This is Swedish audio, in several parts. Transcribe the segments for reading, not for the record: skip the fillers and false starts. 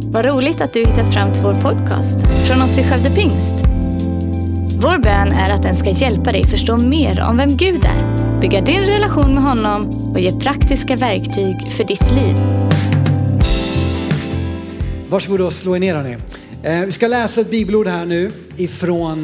Vad roligt att du hittat fram till vår podcast från oss i Skövde Pingst. Vår bön är att den ska hjälpa dig förstå mer om vem Gud är, bygga din relation med honom och ge praktiska verktyg för ditt liv. Varsågod och slå er ner hörni. Vi ska läsa ett bibelord här nu ifrån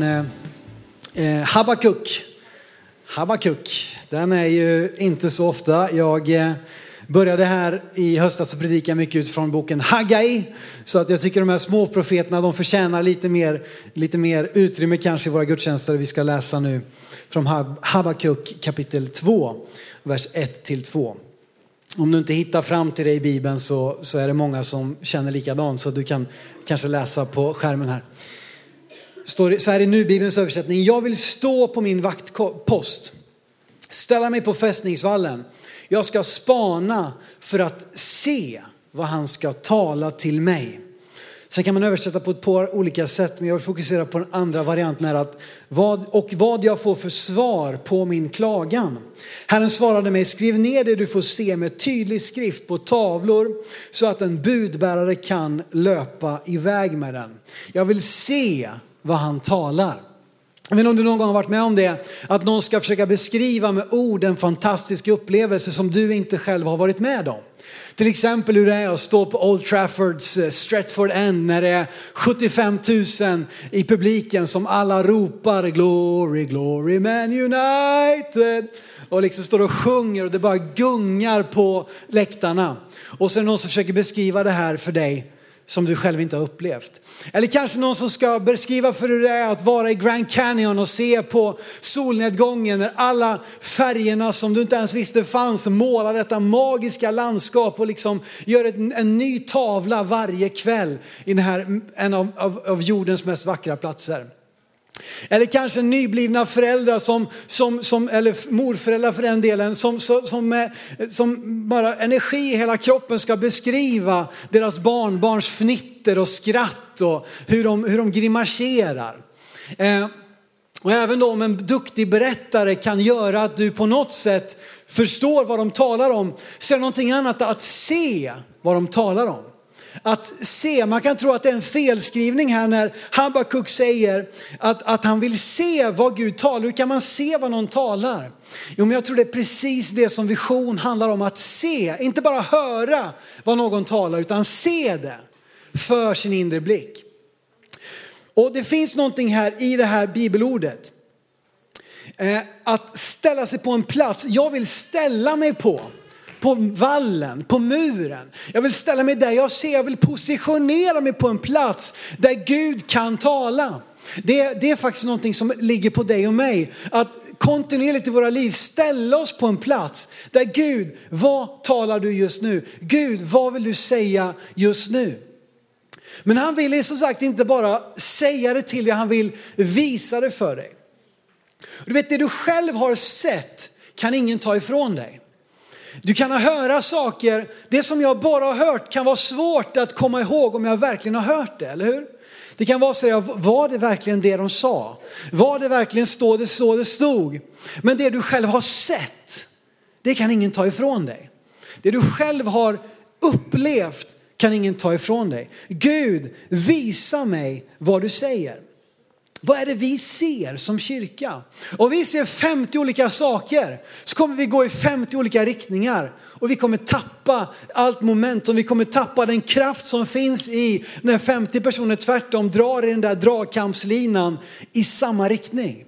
Habakuk. Habakuk, den är ju inte så ofta. Jag började här i höstas att predika mycket utifrån boken Haggai. Så att jag tycker de här små profeterna, de förtjänar lite mer utrymme kanske i våra gudstjänster. Vi ska läsa nu från Habakuk kapitel 2, vers 1-2. Om du inte hittar fram till det i Bibeln så är det många som känner likadant. Så du kan kanske läsa på skärmen här. Står så här i Nu-Bibelns översättning. Jag vill stå på min vaktpost. Ställa mig på fästningsvallen. Jag ska spana för att se vad han ska tala till mig. Sen kan man översätta på ett par olika sätt. Men jag vill fokusera på den andra varianten. Här att vad jag får för svar på min klagan. Herren svarade mig, skriv ner det du får se med tydlig skrift på tavlor. Så att en budbärare kan löpa iväg med den. Jag vill se vad han talar. Jag vet inte om du någon gång har varit med om det. Att någon ska försöka beskriva med ord en fantastisk upplevelse som du inte själv har varit med om. Till exempel hur det är att stå på Old Traffords Stretford End när det är 75 000 i publiken som alla ropar Glory, Glory Man United. Och liksom står och sjunger och det bara gungar på läktarna. Och så är det någon som försöker beskriva det här för dig som du själv inte har upplevt. Eller kanske någon som ska beskriva för hur det är att vara i Grand Canyon och se på solnedgången när alla färgerna som du inte ens visste fanns målar detta magiska landskap och liksom gör en ny tavla varje kväll i den här, en av jordens mest vackra platser. Eller kanske nyblivna föräldrar eller morföräldrar för den delen som bara energi i hela kroppen ska beskriva deras barns fnitter och skratt och hur de grimaserar. Och även då om en duktig berättare kan göra att du på något sätt förstår vad de talar om, så är det någonting annat att se vad de talar om. Att se, man kan tro att det är en felskrivning här när Habakuk säger att han vill se vad Gud talar. Hur kan man se vad någon talar? Jo, men jag tror det är precis det som vision handlar om, att se. Inte bara höra vad någon talar utan se det för sin inre blick. Och det finns någonting här i det här bibelordet. Att ställa sig på en plats. Jag vill ställa mig på vallen, på muren. Jag vill ställa mig där jag ser. Jag vill positionera mig på en plats där Gud kan tala. Det är faktiskt någonting som ligger på dig och mig. Att kontinuerligt i våra liv ställa oss på en plats där Gud, vad talar du just nu? Gud, vad vill du säga just nu? Men han vill som sagt inte bara säga det till dig, han vill visa det för dig. Du vet, det du själv har sett kan ingen ta ifrån dig. Du kan höra saker, det som jag bara har hört kan vara svårt att komma ihåg om jag verkligen har hört det, eller hur? Det kan vara så, var det verkligen det de sa? Var det verkligen så det stod? Men det du själv har sett, det kan ingen ta ifrån dig. Det du själv har upplevt kan ingen ta ifrån dig. Gud, visa mig vad du säger. Vad är det vi ser som kyrka? Om vi ser 50 olika saker så kommer vi gå i 50 olika riktningar. Och vi kommer tappa allt momentum. Vi kommer tappa den kraft som finns i när 50 personer tvärtom drar i den där dragkampslinan i samma riktning.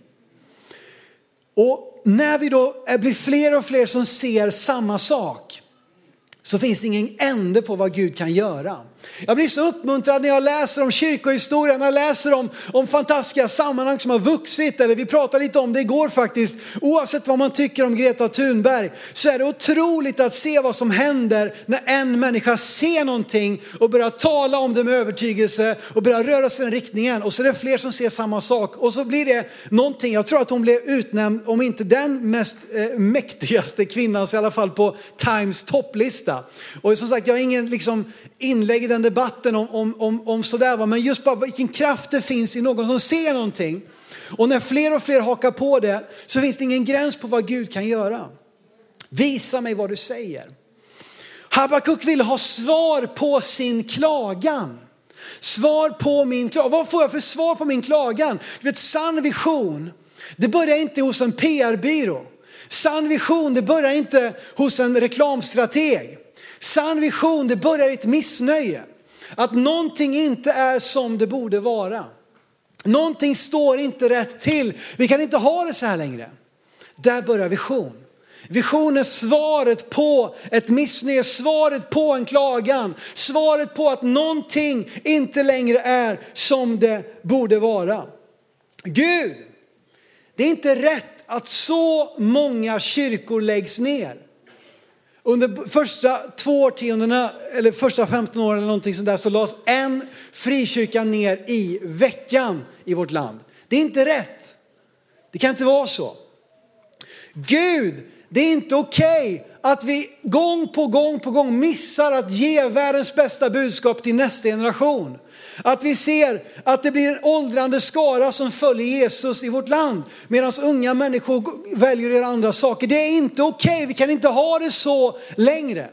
Och när vi då blir fler och fler som ser samma sak, så finns det ingen ände på vad Gud kan göra. Jag blir så uppmuntrad när jag läser om kyrkohistorien, när jag läser om fantastiska sammanhang som har vuxit. Eller vi pratade lite om det igår faktiskt. Oavsett vad man tycker om Greta Thunberg, så är det otroligt att se vad som händer när en människa ser någonting och börjar tala om det med övertygelse och börjar röra sig i den riktningen. Och så är det fler som ser samma sak. Och så blir det någonting, jag tror att hon blev utnämnd, om inte den mest mäktigaste kvinnan, så i alla fall på Times topplista. Och som sagt, jag har ingen inlägg i den debatten om sådär, men just bara vilken kraft det finns i någon som ser någonting. Och när fler och fler hakar på det, så finns det ingen gräns på vad Gud kan göra. Visa mig vad du säger. Habakuk vill ha svar på sin klagan. Svar på min klagan. Vad får jag för svar på min klagan? Du vet, sann vision, det börjar inte hos en PR-byrå. Sann vision, det börjar inte hos en reklamstrateg. Sann vision, det börjar i ett missnöje. Att någonting inte är som det borde vara. Någonting står inte rätt till. Vi kan inte ha det så här längre. Där börjar vision. Vision är svaret på ett missnöje, svaret på en klagan, svaret på att någonting inte längre är som det borde vara. Gud, det är inte rätt att så många kyrkor läggs ner. Under första 2 årtiondena, eller första 15 åren eller någonting sånt där, så lades en frikyrka ner i veckan i vårt land. Det är inte rätt. Det kan inte vara så. Gud, det är inte okej att vi gång på gång missar att ge världens bästa budskap till nästa generation. Att vi ser att det blir en åldrande skara som följer Jesus i vårt land. Medan unga människor väljer att göra andra saker. Det är inte okej. Vi kan inte ha det så längre.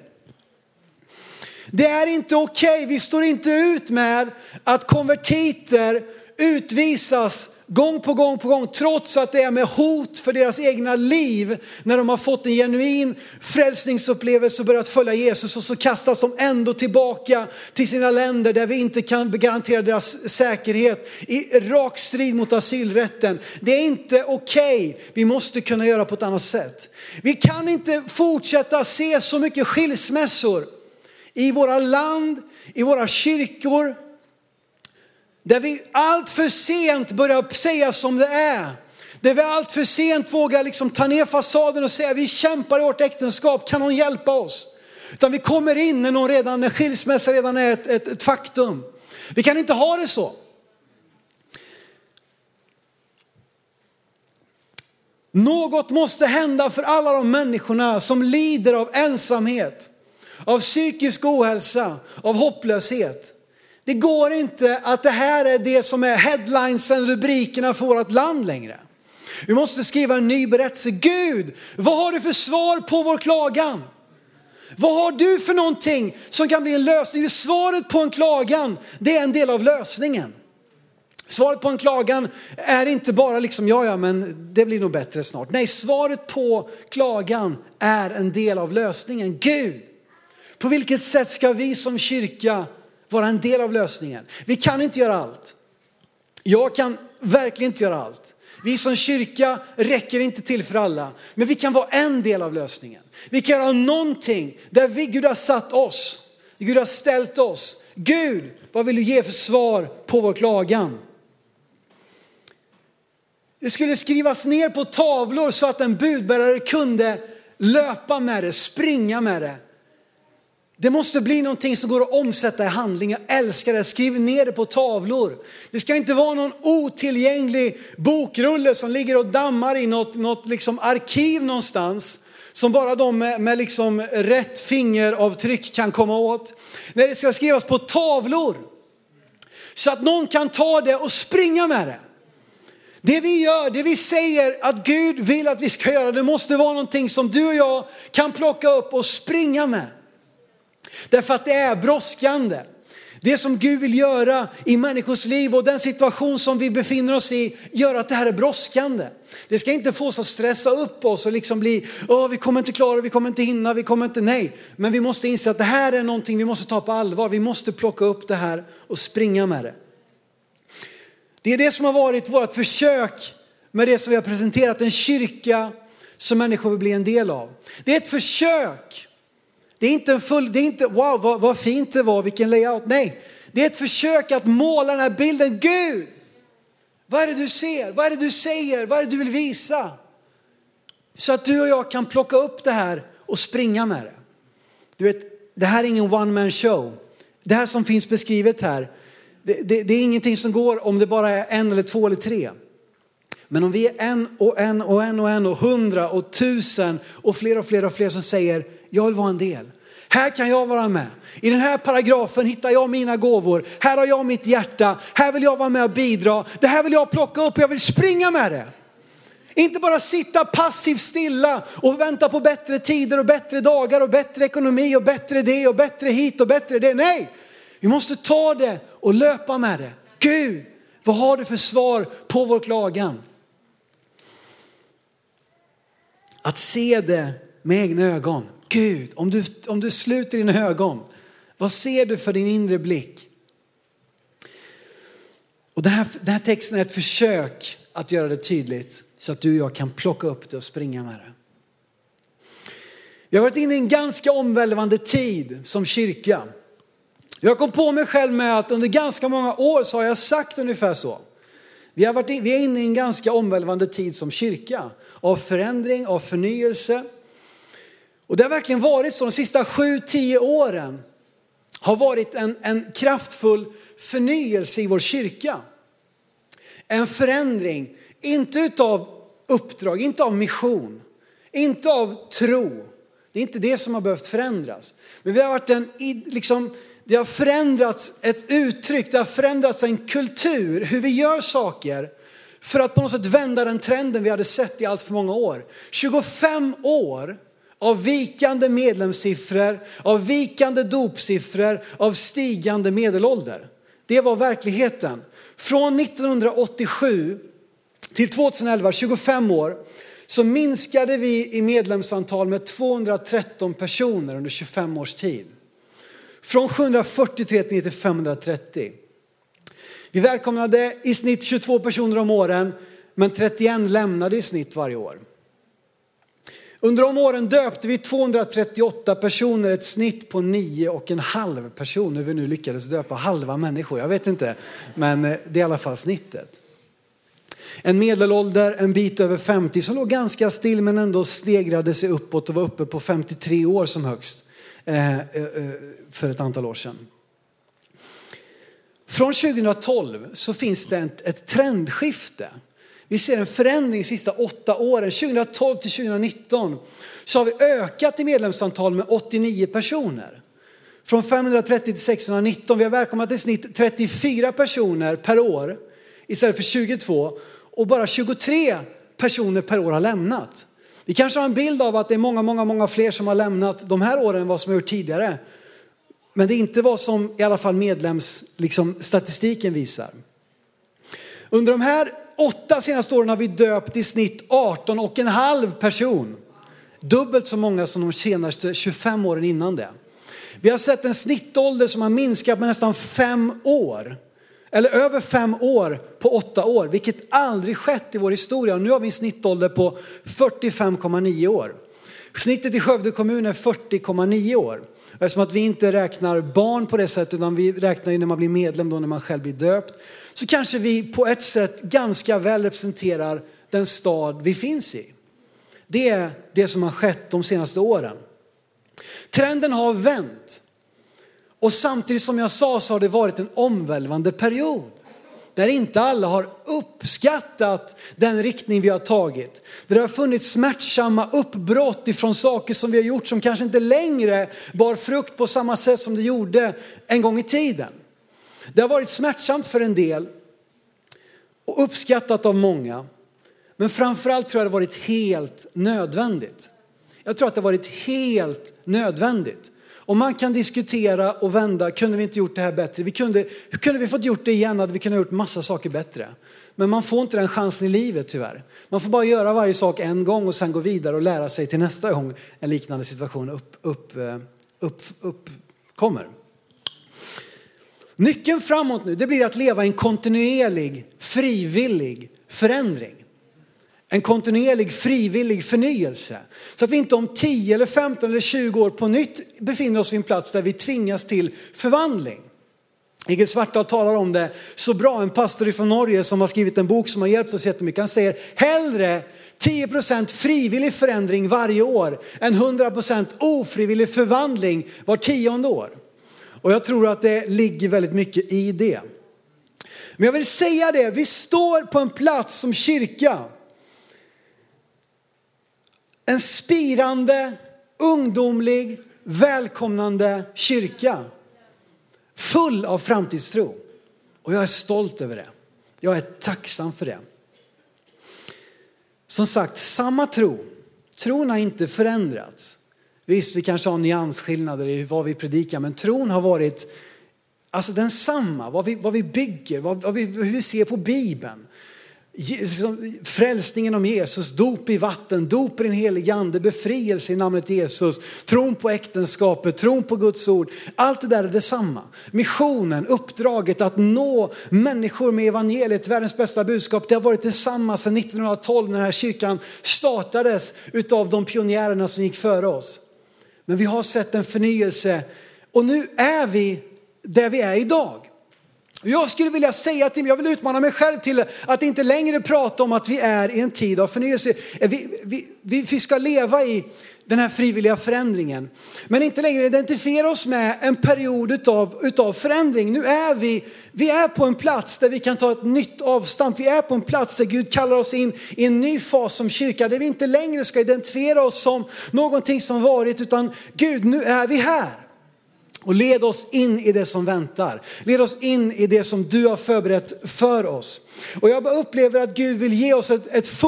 Det är inte okej. Vi står inte ut med att konvertiter utvisas gång på gång, trots att det är med hot för deras egna liv. När de har fått en genuin frälsningsupplevelse och börjat följa Jesus, och så kastas de ändå tillbaka till sina länder där vi inte kan garantera deras säkerhet, i rak strid mot asylrätten. Det är inte okej. Vi måste kunna göra på ett annat sätt. Vi kan inte fortsätta se så mycket skilsmässor i våra land, i våra kyrkor, där vi allt för sent börjar säga som det är. Där vi allt för sent vågar ta ner fasaden och säga vi kämpar i vårt äktenskap, kan någon hjälpa oss? Utan vi kommer in när skilsmässa redan är ett faktum. Vi kan inte ha det så. Något måste hända för alla de människorna som lider av ensamhet, av psykisk ohälsa, av hopplöshet. Det går inte att det här är det som är headlinesen, rubrikerna för vårt land längre. Vi måste skriva en ny berättelse. Gud, vad har du för svar på vår klagan? Vad har du för någonting som kan bli en lösning? Svaret på en klagan, det är en del av lösningen. Svaret på en klagan är inte bara ja men det blir nog bättre snart. Nej, svaret på klagan är en del av lösningen. Gud, på vilket sätt ska vi som kyrka vara en del av lösningen? Vi kan inte göra allt. Jag kan verkligen inte göra allt. Vi som kyrka räcker inte till för alla. Men vi kan vara en del av lösningen. Vi kan göra någonting där Gud har satt oss. Gud har ställt oss. Gud, vad vill du ge för svar på vår klagan? Det skulle skrivas ner på tavlor så att en budbärare kunde löpa med det, springa med det. Det måste bli någonting som går att omsätta i handling. Jag älskar det. Skriv ner det på tavlor. Det ska inte vara någon otillgänglig bokrulle som ligger och dammar i något arkiv någonstans. Som bara de med rätt fingeravtryck kan komma åt. Nej, det ska skrivas på tavlor. Så att någon kan ta det och springa med det. Det vi gör, det vi säger att Gud vill att vi ska göra, det måste vara någonting som du och jag kan plocka upp och springa med. Därför att det är brådskande. Det som Gud vill göra i människors liv och den situation som vi befinner oss i gör att det här är brådskande. Det ska inte få oss att stressa upp oss och bli, vi kommer inte klara, vi kommer inte hinna, nej. Men vi måste inse att det här är någonting vi måste ta på allvar. Vi måste plocka upp det här och springa med det. Det är det som har varit vårt försök med det som vi har presenterat. En kyrka som människor vill bli en del av. Det är ett försök. Det är inte wow vad fint det var, vilken layout. Nej, det är ett försök att måla den här bilden. Gud, vad är det du ser? Vad är det du säger? Vad är det du vill visa? Så att du och jag kan plocka upp det här och springa med det. Du vet, det här är ingen one man show. Det här som finns beskrivet här, det är ingenting som går om det bara är 1 eller 2 eller 3. Men om vi är en och 100 och 1000 och fler som säger jag vill vara en del. Här kan jag vara med. I den här paragrafen hittar jag mina gåvor. Här har jag mitt hjärta. Här vill jag vara med och bidra. Det här vill jag plocka upp. Jag vill springa med det. Inte bara sitta passivt stilla och vänta på bättre tider och bättre dagar och bättre ekonomi och bättre det och bättre hit och bättre det. Nej, Vi måste ta det och löpa med det. Gud, vad har du för svar på vår klagan? Att se det med egna ögon. Gud, om du sluter dina ögon, vad ser du för din inre blick? Och den här texten är ett försök att göra det tydligt så att du och jag kan plocka upp det och springa med det. Vi har varit inne i en ganska omvälvande tid som kyrka. Jag kom på mig själv med att under ganska många år så har jag sagt ungefär så. Vi är inne i en ganska omvälvande tid som kyrka. Av förändring, av förnyelse. Och det har verkligen varit så de sista 7-10 åren. Har varit en kraftfull förnyelse i vår kyrka. En förändring. Inte utav uppdrag, inte av mission. Inte av tro. Det är inte det som har behövt förändras. Men vi har varit det har förändrats ett uttryck. Det har förändrats en kultur. Hur vi gör saker. För att på något sätt vända den trenden vi hade sett i allt för många år. 25 år av vikande medlemssiffror. Av vikande dopsiffror. Av stigande medelålder. Det var verkligheten. Från 1987 till 2011, 25 år. Så minskade vi i medlemsantal med 213 personer under 25 års tid. Från 743 till 530. Vi välkomnade i snitt 22 personer om åren, men 31 lämnade i snitt varje år. Under de åren döpte vi 238 personer, ett snitt på 9,5 personer. Vi nu lyckades döpa halva människor, jag vet inte, men det är i alla fall snittet. En medelålder, en bit över 50, som låg ganska still men ändå stegrade sig uppåt och var uppe på 53 år som högst för ett antal år sedan. Från 2012 så finns det ett trendskifte. Vi ser en förändring de sista 8 åren. 2012 till 2019 så har vi ökat i medlemsantal med 89 personer. Från 530 till 619. Vi har välkomnat i snitt 34 personer per år istället för 22. Och bara 23 personer per år har lämnat. Vi kanske har en bild av att det är många fler som har lämnat de här åren än vad som har gjort tidigare. Men det är inte vad som i alla fall statistiken visar. Under de här 8 senaste åren har vi döpt i snitt 18,5 person. Dubbelt så många som de senaste 25 åren innan det. Vi har sett en snittålder som har minskat med nästan 5 år. Eller över 5 år på 8 år. Vilket aldrig skett i vår historia. Och nu har vi en snittålder på 45,9 år. Snittet i Skövde kommun är 40,9 år. Eftersom att vi inte räknar barn på det sättet, utan vi räknar när man blir medlem, då när man själv blir döpt. Så kanske vi på ett sätt ganska väl representerar den stad vi finns i. Det är det som har skett de senaste åren. Trenden har vänt. Och samtidigt som jag sa så har det varit en omvälvande period. Där inte alla har uppskattat den riktning vi har tagit. Där det har funnits smärtsamma uppbrott ifrån saker som vi har gjort som kanske inte längre bar frukt på samma sätt som det gjorde en gång i tiden. Det har varit smärtsamt för en del och uppskattat av många. Men framförallt tror jag det har varit helt nödvändigt. Jag tror att det har varit helt nödvändigt. Och man kan diskutera och vända, kunde vi inte gjort det här bättre? Hur kunde vi fått gjort det igen? Hade vi kunnat gjort massa saker bättre? Men man får inte den chansen i livet tyvärr. Man får bara göra varje sak en gång och sen gå vidare och lära sig till nästa gång en liknande situation uppkommer. Nyckeln framåt nu, det blir att leva en kontinuerlig, frivillig förändring. En kontinuerlig, frivillig förnyelse. Så att vi inte om 10 eller 15 eller 20 år på nytt befinner oss vid en plats där vi tvingas till förvandling. Egil Svartdal talar om det så bra. En pastor från Norge som har skrivit en bok som har hjälpt oss jättemycket. Han säger hellre 10% frivillig förändring varje år än 100% ofrivillig förvandling var 10:e år. Och jag tror att det ligger väldigt mycket i det. Men jag vill säga det, vi står på en plats som kyrka. En spirande, ungdomlig, välkomnande kyrka. Full av framtidstro. Och jag är stolt över det. Jag är tacksam för det. Som sagt, samma tro. Tron har inte förändrats. Visst, vi kanske har nyansskillnader i vad vi predikar. Men tron har varit Alltså densamma, vad vi bygger, hur vi ser på Bibeln. Frälsningen om Jesus, dop i vatten, dop i den helige ande, befrielse i namnet Jesus, tron på äktenskapet, tron på Guds ord. Allt det där är detsamma. Missionen, uppdraget att nå människor med evangeliet, världens bästa budskap, det har varit detsamma sedan 1912 när den här kyrkan startades utav de pionjärerna som gick före oss. Men vi har sett en förnyelse och nu är vi där vi är idag. Jag skulle vilja säga till mig, jag vill utmana mig själv till att inte längre prata om att vi är i en tid av förnyelse. Vi ska leva i den här frivilliga förändringen. Men inte längre identifiera oss med en period utav förändring. Nu är vi är på en plats där vi kan ta ett nytt avstamp. Vi är på en plats där Gud kallar oss in i en ny fas som kyrka. Där vi inte längre ska identifiera oss som någonting som varit, utan Gud, nu är vi här. Och led oss in i det som väntar. Led oss in i det som du har förberett för oss. Och jag bara upplever att Gud vill ge oss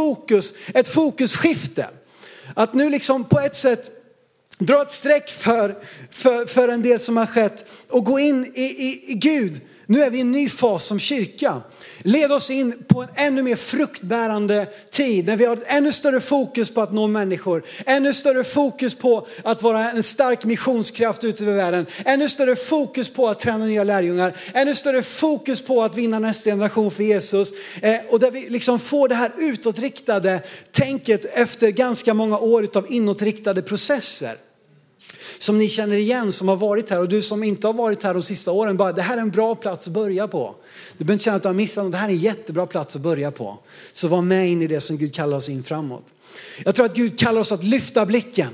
ett fokusskifte. Att nu liksom på ett sätt dra ett streck för en del som har skett. Och gå in i Gud. Nu är vi i en ny fas som kyrka. Led oss in på en ännu mer fruktbärande tid. När vi har ett ännu större fokus på att nå människor. Ännu större fokus på att vara en stark missionskraft ute i världen. Ännu större fokus på att träna nya lärjungar. Ännu större fokus på att vinna nästa generation för Jesus. Och där vi liksom får det här utåtriktade tänket efter ganska många år av inåtriktade processer. Som ni känner igen som har varit här, och du som inte har varit här de sista åren, bara det här är en bra plats att börja på. Du behöver inte känna att du har missat något, det här är en jättebra plats att börja på. Så var med in i det som Gud kallar oss in framåt. Jag tror att Gud kallar oss att lyfta blicken.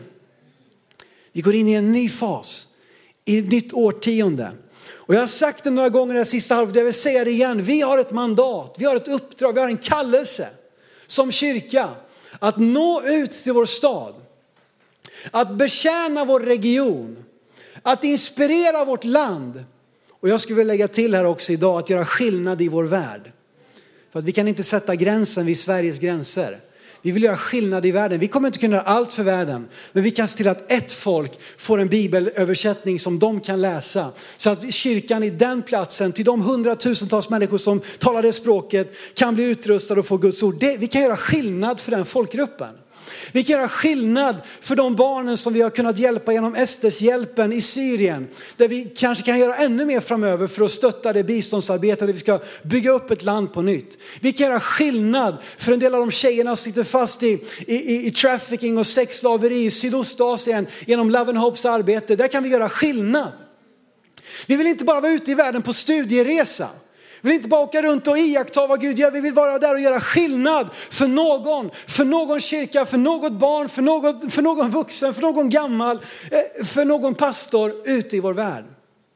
Vi går in i en ny fas, i ett nytt årtionde. Och jag har sagt det några gånger det sista halvåret, jag vill säga det igen. Vi har ett mandat, vi har ett uppdrag, vi har en kallelse som kyrka att nå ut till vår stad. Att betjäna vår region. Att inspirera vårt land. Och jag skulle vilja lägga till här också idag att göra skillnad i vår värld. För att vi kan inte sätta gränsen vid Sveriges gränser. Vi vill göra skillnad i världen. Vi kommer inte kunna göra allt för världen. Men vi kan se till att ett folk får en bibelöversättning som de kan läsa. Så att kyrkan i den platsen, till de 100,000-tals människor som talar det språket, kan bli utrustade och få Guds ord. Vi kan göra skillnad för den folkgruppen. Vi kan göra skillnad för de barnen som vi har kunnat hjälpa genom Estershjälpen i Syrien. Där vi kanske kan göra ännu mer framöver för att stötta det biståndsarbete där vi ska bygga upp ett land på nytt. Vi kan göra skillnad för en del av de tjejerna som sitter fast i trafficking och sexslaveri i Sydostasien genom Love and Hopes arbete. Där kan vi göra skillnad. Vi vill inte bara vara ute i världen på studieresa. Vi vill inte bara åka runt och iaktta vad Gud gör. Vi vill vara där och göra skillnad för någon kyrka, för något barn, för någon vuxen, för någon gammal, för någon pastor ute i vår värld.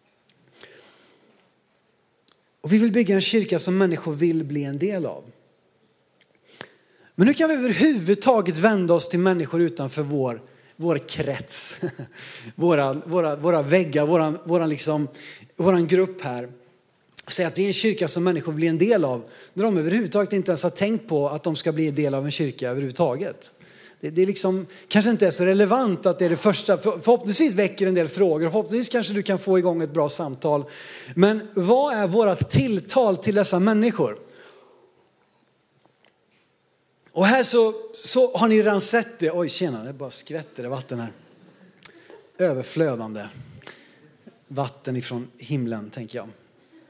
Och vi vill bygga en kyrka som människor vill bli en del av. Men hur kan vi överhuvudtaget vända oss till människor utanför vår krets? Våra väggar, våran grupp här. Säga att vi är en kyrka som människor blir en del av. När de överhuvudtaget inte ens har tänkt på att de ska bli en del av en kyrka överhuvudtaget. Det är liksom, kanske inte är så relevant att det är det första. Förhoppningsvis väcker en del frågor. Förhoppningsvis kanske du kan få igång ett bra samtal. Men vad är vårat tilltal till dessa människor? Och här så har ni redan sett det. Oj, tjena, det bara skvätter det vatten här. Överflödande vatten ifrån himlen, tänker jag.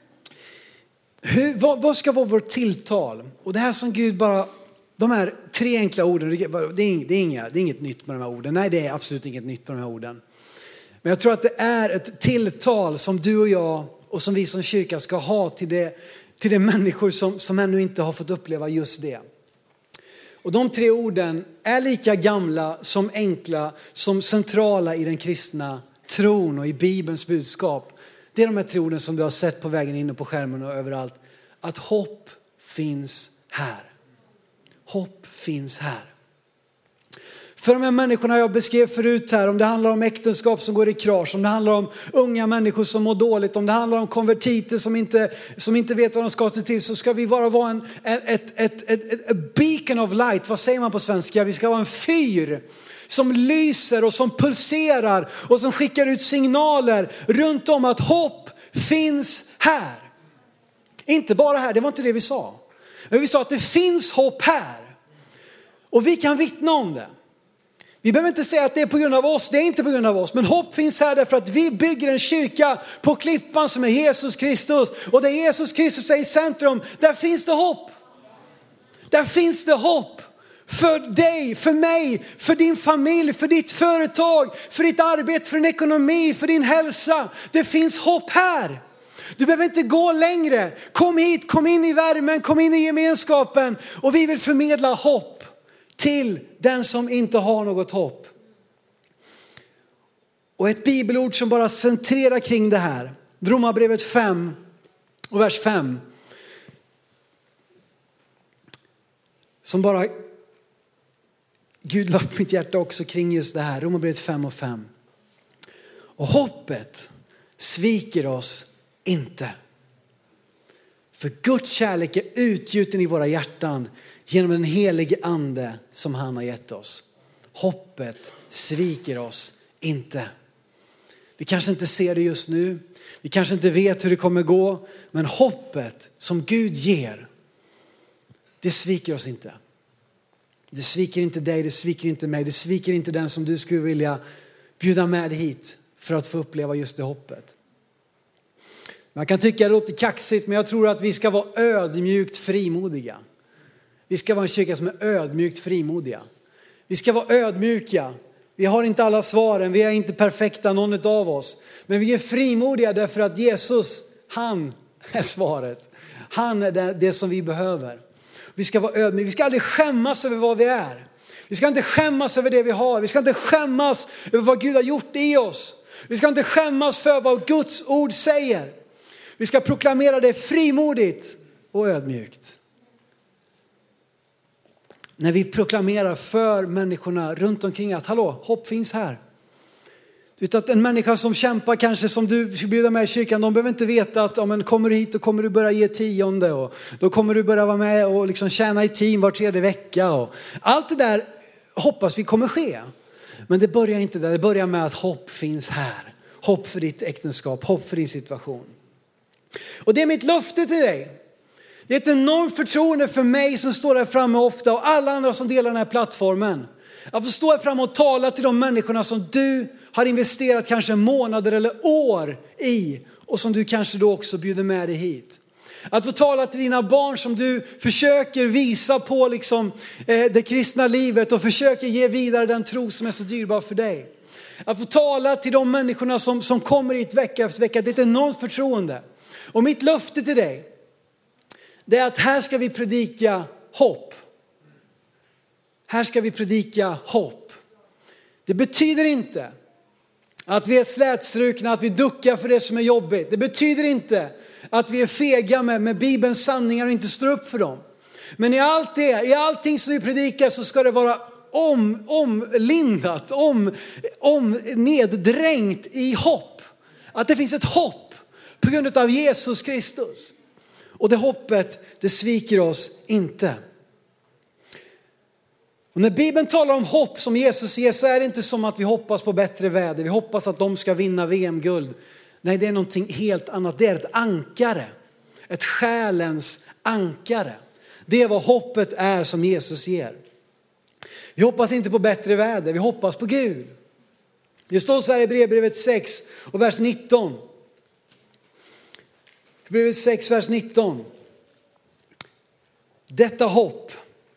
Vad ska vara vårt tilltal? Och det här som Gud bara, de här 3 enkla orden, det är inget nytt med de här orden. Nej, det är absolut inget nytt med de här orden. Men jag tror att det är ett tilltal som du och jag och som vi som kyrka ska ha till de människor som ännu inte har fått uppleva just det. Och de 3 orden är lika gamla som enkla, som centrala i den kristna tron och i Bibelns budskap. Det är de här 3 orden som du har sett på vägen in och på skärmen och överallt. Att hopp finns här. Hopp finns här. För de här människorna jag beskrev förut här, om det handlar om äktenskap som går i krasch, om det handlar om unga människor som mår dåligt, om det handlar om konvertiter som inte vet vad de ska se till, så ska vi bara vara ett beacon of light. Vad säger man på svenska? Vi ska vara en fyr som lyser och som pulserar och som skickar ut signaler runt om att hopp finns här. Inte bara här, det var inte det vi sa. Men vi sa att det finns hopp här. Och vi kan vittna om det. Vi behöver inte säga att det är på grund av oss, det är inte på grund av oss. Men hopp finns här därför att vi bygger en kyrka på klippan som är Jesus Kristus. Och där Jesus Kristus är i centrum, där finns det hopp. Där finns det hopp. För dig, för mig, för din familj, för ditt företag, för ditt arbete, för din ekonomi, för din hälsa. Det finns hopp här. Du behöver inte gå längre. Kom hit, kom in i värmen, kom in i gemenskapen. Och vi vill förmedla hopp till den som inte har något hopp. Och ett bibelord som bara centrerar kring det här. Romarbrevet 5 och vers 5. Som bara... Gud la upp mitt hjärta också kring just det här. Romarbrevet 5 och 5. Och hoppet sviker oss inte. För Guds kärlek är utgjuten i våra hjärtan genom den helige ande som han har gett oss. Hoppet sviker oss inte. Vi kanske inte ser det just nu. Vi kanske inte vet hur det kommer gå. Men hoppet som Gud ger, det sviker oss inte. Det sviker inte dig, det sviker inte mig. Det sviker inte den som du skulle vilja bjuda med hit för att få uppleva just det hoppet. Man kan tycka det låter kaxigt, men jag tror att vi ska vara ödmjukt frimodiga. Vi ska vara en kyrka som är ödmjukt frimodiga. Vi ska vara ödmjuka. Vi har inte alla svaren, vi är inte perfekta någon av oss. Men vi är frimodiga därför att Jesus, han är svaret. Han är det som vi behöver. Vi ska vara ödmjuka. Vi ska aldrig skämmas över vad vi är. Vi ska inte skämmas över det vi har. Vi ska inte skämmas över vad Gud har gjort i oss. Vi ska inte skämmas för vad Guds ord säger. Vi ska proklamera det frimodigt och ödmjukt. När vi proklamerar för människorna runt omkring att hallå, hopp finns här. Du vet att en människa som kämpar kanske som du bjuder med i kyrkan, de behöver inte veta att om kommer du hit och kommer du börja ge 10:e och då kommer du börja vara med och liksom tjäna i team var 3:e vecka. Och allt det där hoppas vi kommer ske. Men det börjar inte där, det börjar med att hopp finns här. Hopp för ditt äktenskap, hopp för din situation. Och det är mitt löfte till dig. Det är ett enormt förtroende för mig som står där framme ofta och alla andra som delar den här plattformen. Att få stå här framme och tala till de människorna som du har investerat kanske månader eller år i och som du kanske då också bjuder med dig hit. Att få tala till dina barn som du försöker visa på liksom, det kristna livet och försöker ge vidare den tro som är så dyrbar för dig. Att få tala till de människorna som kommer hit vecka efter vecka, det är ett enormt förtroende. Och mitt löfte till dig, det är att här ska vi predika hopp. Här ska vi predika hopp. Det betyder inte att vi är slätstrukna, att vi duckar för det som är jobbigt. Det betyder inte att vi är fega med Bibelns sanningar och inte står upp för dem. Men i allt det, i allting som vi predikar så ska det vara omlindat, neddränkt i hopp. Att det finns ett hopp på grund av Jesus Kristus. Och det hoppet, det sviker oss inte. Och när Bibeln talar om hopp som Jesus ger så är det inte som att vi hoppas på bättre väder. Vi hoppas att de ska vinna VM-guld. Nej, det är någonting helt annat. Det är ett ankare. Ett själens ankare. Det är vad hoppet är som Jesus ger. Vi hoppas inte på bättre väder. Vi hoppas på Gud. Det står så här i Hebreerbrevet 6 och vers 19. Hebreerbrevet 6, vers 19. Detta hopp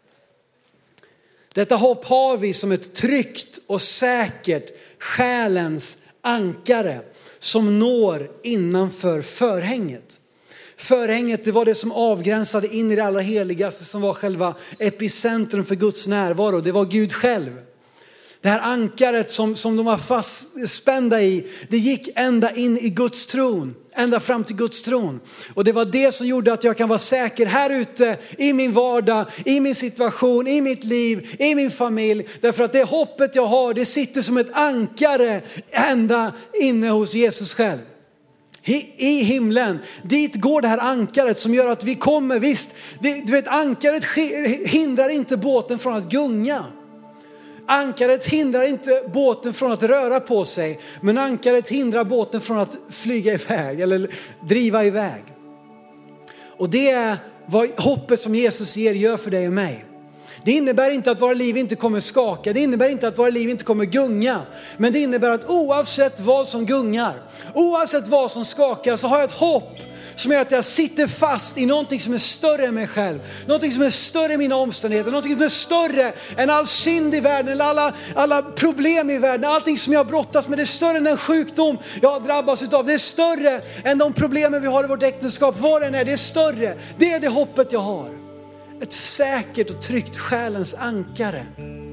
har vi som ett tryggt och säkert själens ankare som når innanför förhänget. Förhänget, det var det som avgränsade in i det allra heligaste som var själva epicentrum för Guds närvaro. Det var Gud själv. Det här ankaret som de var fastspända i, det gick ända in i Guds tron. Ända fram till Guds tron. Och det var det som gjorde att jag kan vara säker här ute i min vardag, i min situation, i mitt liv, i min familj. Därför att det hoppet jag har, det sitter som ett ankare ända inne hos Jesus själv. I himlen, dit går det här ankaret som gör att vi kommer, visst, du vet ankaret hindrar inte båten från att gunga. Ankaret hindrar inte båten från att röra på sig, men ankaret hindrar båten från att flyga iväg eller driva iväg. Och det är vad hoppet som Jesus ger gör för dig och mig. Det innebär inte att våra liv inte kommer skaka. Det innebär inte att våra liv inte kommer gunga. Men det innebär att oavsett vad som gungar, oavsett vad som skakar, så har jag ett hopp som är att jag sitter fast i någonting som är större än mig själv. Någonting som är större än mina omständigheter. Någonting som är större än all synd i världen. Eller alla problem i världen. Allting som jag brottas med. Det är större än den sjukdom jag har drabbats utav. Det är större än de problemen vi har i vårt äktenskap. Vad den är, det är större. Det är det hoppet jag har. Ett säkert och tryggt själens ankare.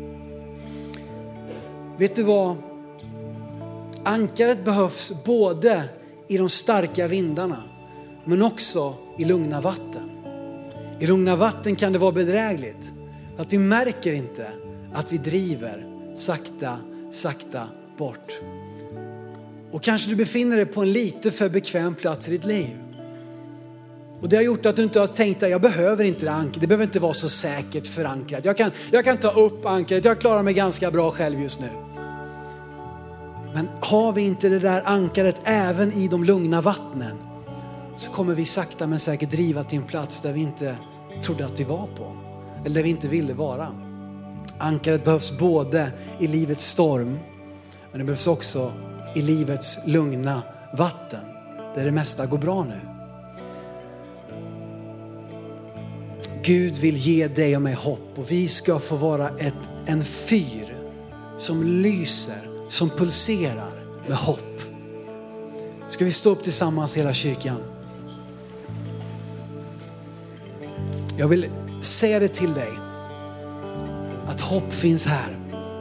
Vet du vad? Ankaret behövs både i de starka vindarna, men också i lugna vatten. I lugna vatten kan det vara bedrägligt. Att vi märker inte att vi driver sakta bort. Och kanske du befinner dig på en lite för bekväm plats i ditt liv. Och det har gjort att du inte har tänkt att jag behöver inte det ankaret. Det behöver inte vara så säkert förankrat. Jag kan ta upp ankaret. Jag klarar mig ganska bra själv just nu. Men har vi inte det där ankaret även i de lugna vattnen, så kommer vi sakta men säkert driva till en plats där vi inte trodde att vi var på. Eller där vi inte ville vara. Ankaret behövs både i livets storm, men det behövs också i livets lugna vatten. Där det mesta går bra nu. Gud vill ge dig och mig hopp. Och vi ska få vara en fyr som lyser, som pulserar med hopp. Ska vi stå upp tillsammans hela kyrkan? Jag vill säga det till dig. Att hopp finns här.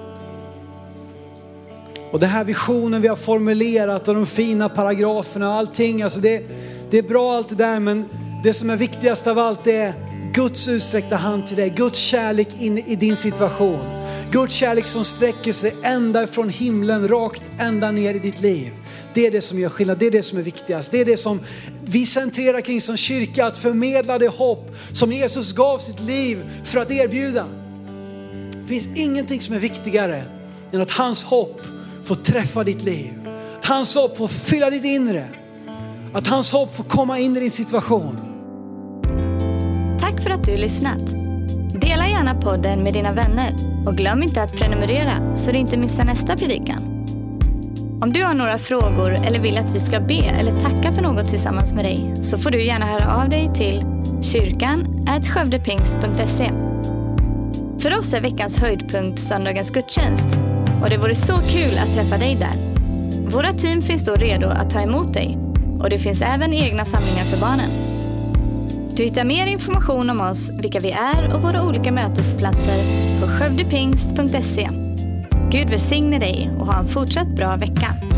Och den här visionen vi har formulerat och de fina paragraferna och allting. Alltså det är bra allt det där, men det som är viktigast av allt är Guds utsträckta hand till dig. Guds kärlek in i din situation. Guds kärlek som sträcker sig ända från himlen rakt ända ner i ditt liv. Det är det som gör skillnad. Det är det som är viktigast. Det är det som vi centrerar kring som kyrka. Att förmedla det hopp som Jesus gav sitt liv för att erbjuda. Det finns ingenting som är viktigare än att hans hopp får träffa ditt liv. Att hans hopp får fylla ditt inre. Att hans hopp får komma in i din situation. Tack för att du lyssnat. Dela gärna podden med dina vänner och glöm inte att prenumerera så du inte missar nästa predikan. Om du har några frågor eller vill att vi ska be eller tacka för något tillsammans med dig, så får du gärna höra av dig till kyrkan@skövdepingst.se. För oss är veckans höjdpunkt söndagens gudstjänst och det vore så kul att träffa dig där. Våra team finns då redo att ta emot dig och det finns även egna samlingar för barnen. Du hittar mer information om oss, vilka vi är och våra olika mötesplatser på skövdepingst.se. Gud välsigne dig och ha en fortsatt bra vecka.